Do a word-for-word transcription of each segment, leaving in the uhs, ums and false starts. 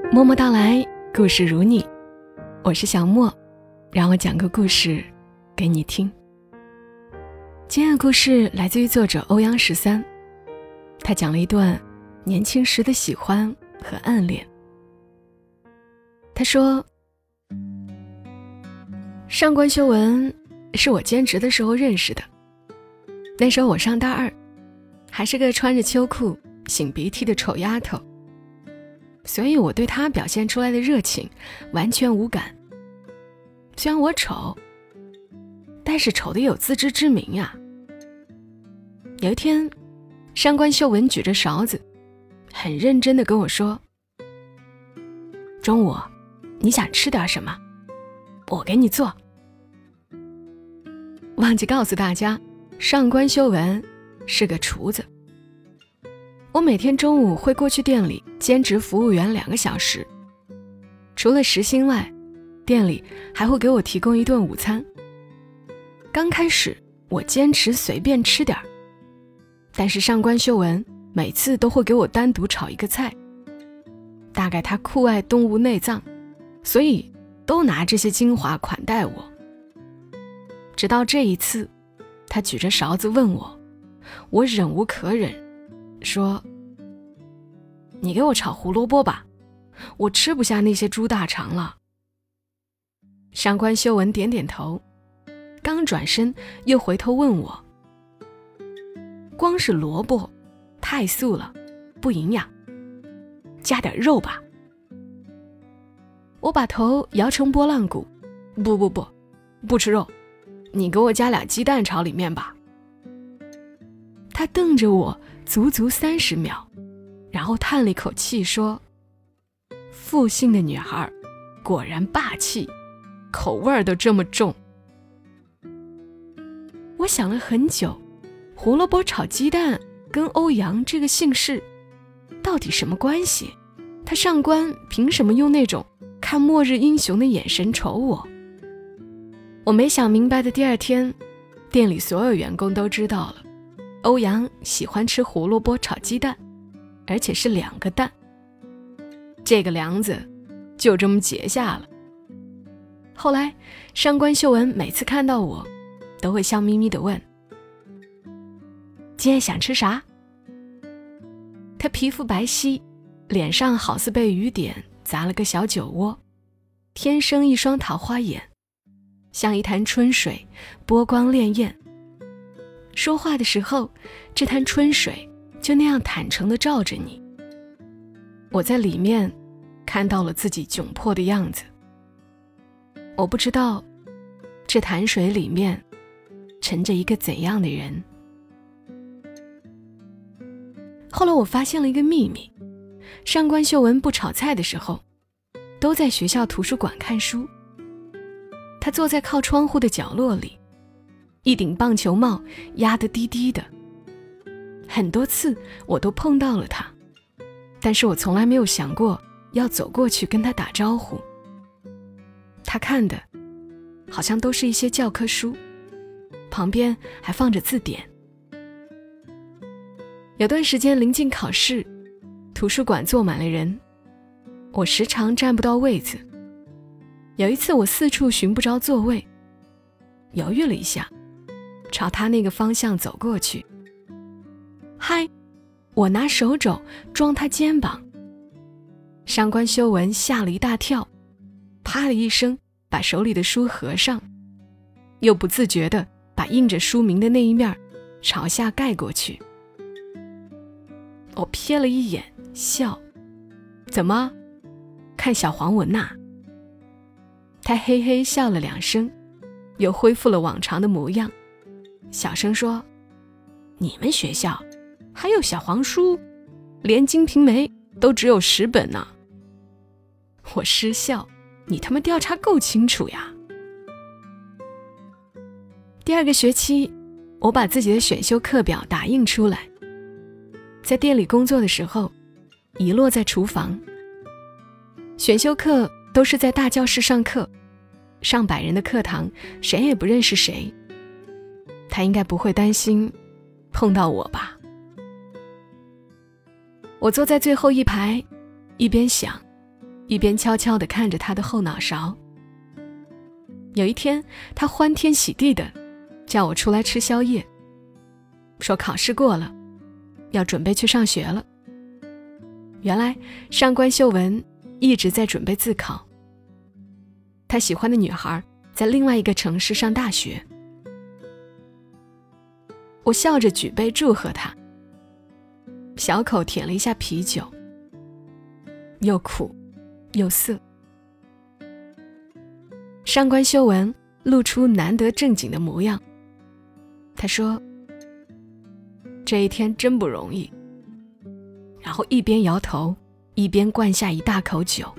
默默到来，故事如你，我是小莫，让我讲个故事给你听。今天的故事来自于作者欧阳十三，他讲了一段年轻时的喜欢和暗恋。他说，上官修文是我兼职的时候认识的，那时候我上大二，还是个穿着秋裤擤鼻涕的丑丫头，所以我对他表现出来的热情完全无感。虽然我丑，但是丑的有自知之明啊。有一天，上官秀文举着勺子很认真地跟我说，中午你想吃点什么，我给你做。忘记告诉大家，上官修文是个厨子。我每天中午会过去店里兼职服务员两个小时，除了时薪外，店里还会给我提供一顿午餐。刚开始我坚持随便吃点儿，但是上官秀文每次都会给我单独炒一个菜。大概他酷爱动物内脏，所以都拿这些精华款待我。直到这一次，他举着勺子问我，我忍无可忍，说，你给我炒胡萝卜吧，我吃不下那些猪大肠了。上官修文点点头，刚转身又回头问我，光是萝卜太素了，不营养，加点肉吧。我把头摇成拨浪鼓，不不不，不吃肉，你给我加俩鸡蛋炒里面吧。他瞪着我足足三十秒，然后叹了一口气说，复姓的女孩果然霸气，口味儿都这么重。我想了很久，胡萝卜炒鸡蛋跟欧阳这个姓氏到底什么关系？他上官凭什么用那种看末日英雄的眼神瞅我？我没想明白的第二天，店里所有员工都知道了，欧阳喜欢吃胡萝卜炒鸡蛋，而且是两个蛋。这个梁子就这么结下了。后来上官秀文每次看到我都会笑眯眯地问，今天想吃啥？她皮肤白皙，脸上好似被雨点砸了个小酒窝，天生一双桃花眼，像一潭春水，波光潋滟。说话的时候，这潭春水就那样坦诚地照着你。我在里面看到了自己窘迫的样子。我不知道这潭水里面沉着一个怎样的人。后来我发现了一个秘密，上官秀文不炒菜的时候都在学校图书馆看书。他坐在靠窗户的角落里，一顶棒球帽压得低低的。很多次我都碰到了他，但是我从来没有想过要走过去跟他打招呼。他看的好像都是一些教科书，旁边还放着字典。有段时间临近考试，图书馆坐满了人，我时常占不到位子。有一次我四处寻不着座位，犹豫了一下，朝他那个方向走过去。嗨，我拿手肘撞他肩膀。上官修文吓了一大跳，啪的一声把手里的书合上，又不自觉地把印着书名的那一面朝下盖过去。我瞥了一眼，笑，怎么看小黄文呐？他嘿嘿笑了两声，又恢复了往常的模样，小声说，你们学校还有小黄书，连金瓶梅都只有十本呢。我失笑，你他妈调查够清楚呀。第二个学期，我把自己的选修课表打印出来，在店里工作的时候遗落在厨房。选修课都是在大教室上课，上百人的课堂，谁也不认识谁。他应该不会担心碰到我吧。我坐在最后一排，一边想一边悄悄地看着他的后脑勺。有一天，他欢天喜地地叫我出来吃宵夜，说考试过了，要准备去上学了。原来上官秀文一直在准备自考，他喜欢的女孩在另外一个城市上大学。我笑着举杯祝贺他，小口舔了一下啤酒，又苦又涩。上官秀文露出难得正经的模样，他说：“这一天真不容易。”然后一边摇头，一边灌下一大口酒。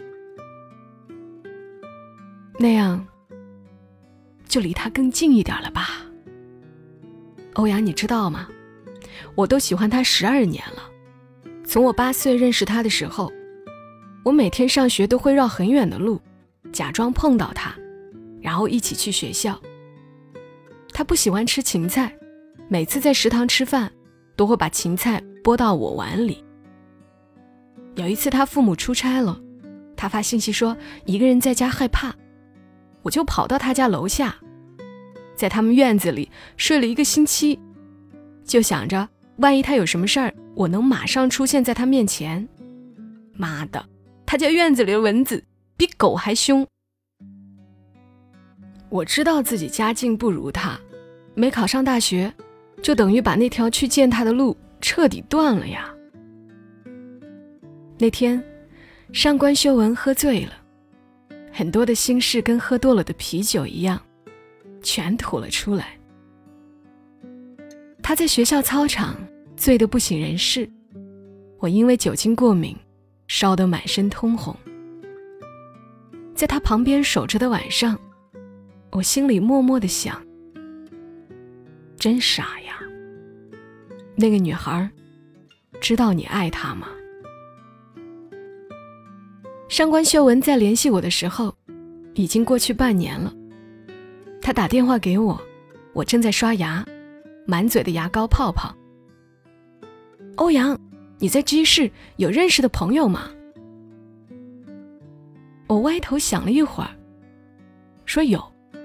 那样，就离他更近一点了吧？欧阳，你知道吗？我都喜欢他十二年了。从我八岁认识他的时候，我每天上学都会绕很远的路，假装碰到他，然后一起去学校。他不喜欢吃芹菜，每次在食堂吃饭，都会把芹菜拨到我碗里。有一次他父母出差了，他发信息说一个人在家害怕，我就跑到他家楼下，在他们院子里睡了一个星期，就想着万一他有什么事儿，我能马上出现在他面前。妈的，他家院子里的蚊子比狗还凶。我知道自己家境不如他，没考上大学，就等于把那条去见他的路彻底断了呀。那天上官秀文喝醉了，很多的心事跟喝多了的啤酒一样，全吐了出来。他在学校操场醉得不省人事，我因为酒精过敏烧得满身通红。在他旁边守着的晚上，我心里默默地想，真傻呀，那个女孩知道你爱她吗？上官秀文在联系我的时候已经过去半年了。她打电话给我，我正在刷牙，满嘴的牙膏泡泡。欧阳，你在G市有认识的朋友吗？我歪头想了一会儿，说有。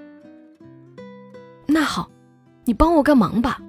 那好，你帮我个忙吧。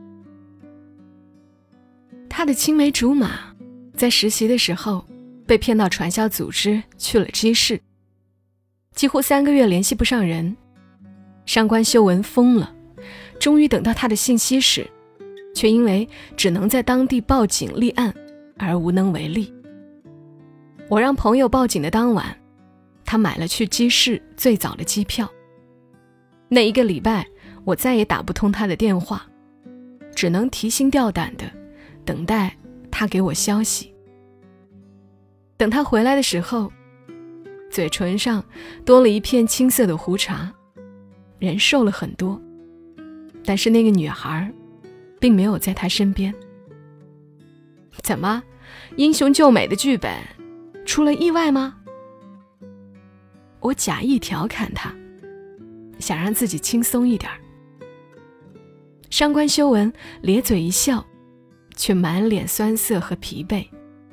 他的青梅竹马在实习的时候被骗到传销组织去了G市，几乎三个月联系不上人。上官秀文疯了，终于等到他的信息时，却因为只能在当地报警立案而无能为力。我让朋友报警的当晚，他买了去G市最早的机票。那一个礼拜我再也打不通他的电话，只能提心吊胆的等待他给我消息。等他回来的时候，嘴唇上多了一片青色的胡茬，人瘦了很多，但是那个女孩并没有在他身边。怎么，英雄救美的剧本出了意外吗？我假意调侃他，想让自己轻松一点。上官修文咧嘴一笑，却满脸酸涩和疲惫。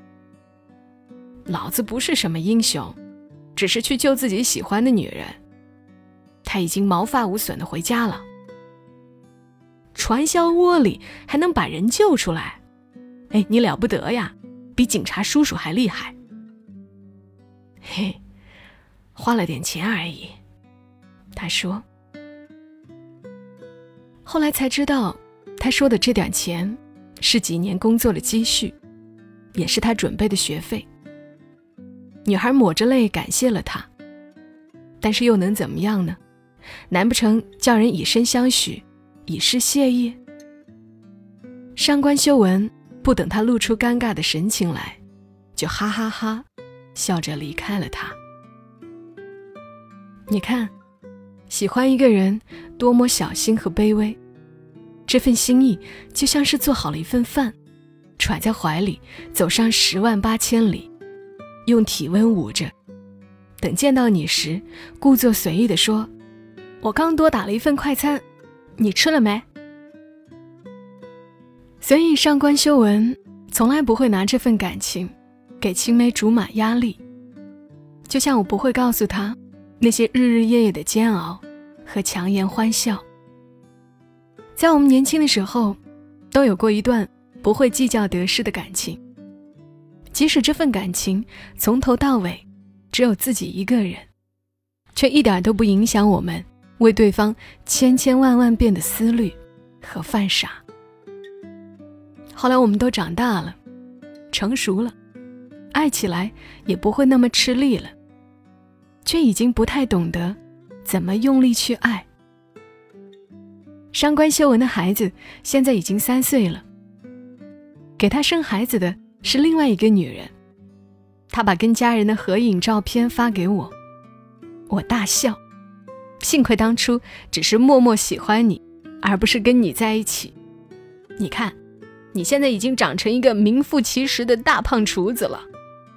老子不是什么英雄，只是去救自己喜欢的女人。他已经毛发无损地回家了。传销窝里还能把人救出来，哎，你了不得呀，比警察叔叔还厉害。嘿，花了点钱而已，他说。后来才知道，他说的这点钱是几年工作的积蓄，也是他准备的学费。女孩抹着泪感谢了他，但是又能怎么样呢？难不成叫人以身相许，以示谢意？上官修文不等他露出尴尬的神情来，就哈哈哈笑着离开了他。你看，喜欢一个人多么小心和卑微，这份心意就像是做好了一份饭，揣在怀里走上十万八千里，用体温捂着，等见到你时故作随意地说，我刚多打了一份快餐，你吃了没？所以上官修文从来不会拿这份感情给青梅竹马压力， 就像我不会告诉他那些日日夜夜的煎熬和强颜欢笑。在我们年轻的时候，都有过一段不会计较得失的感情，即使这份感情从头到尾只有自己一个人，却一点都不影响我们为对方千千万万遍的思虑和犯傻。后来我们都长大了，成熟了，爱起来也不会那么吃力了，却已经不太懂得怎么用力去爱。上官修文的孩子现在已经三岁了，给他生孩子的是另外一个女人，他把跟家人的合影照片发给我，我大笑，幸亏当初只是默默喜欢你，而不是跟你在一起。你看，你现在已经长成一个名副其实的大胖厨子了。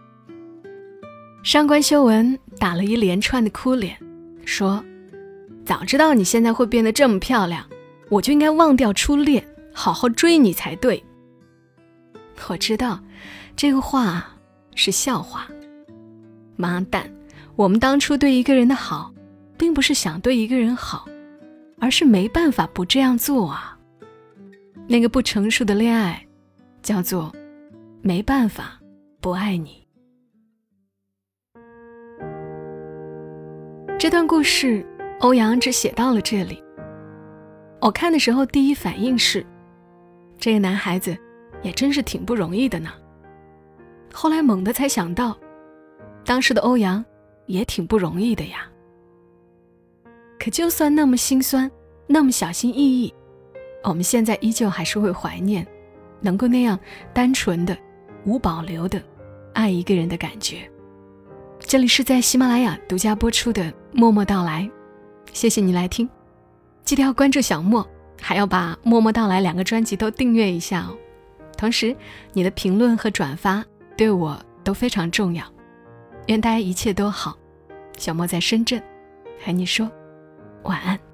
上官修文打了一连串的哭脸，说，早知道你现在会变得这么漂亮，我就应该忘掉初恋，好好追你才对。我知道这个话是笑话，妈蛋，我们当初对一个人的好并不是想对一个人好，而是没办法不这样做啊。那个不成熟的恋爱叫做没办法不爱你。这段故事欧阳只写到了这里。我看的时候第一反应是，这个男孩子也真是挺不容易的呢。后来猛地才想到，当时的欧阳也挺不容易的呀。可就算那么心酸，那么小心翼翼，我们现在依旧还是会怀念能够那样单纯的无保留的爱一个人的感觉。这里是在喜马拉雅独家播出的默默到来，谢谢你来听，记得要关注小莫，还要把默默到来两个专辑都订阅一下哦。同时你的评论和转发对我都非常重要。愿大家一切都好，小莫在深圳和你说晚安。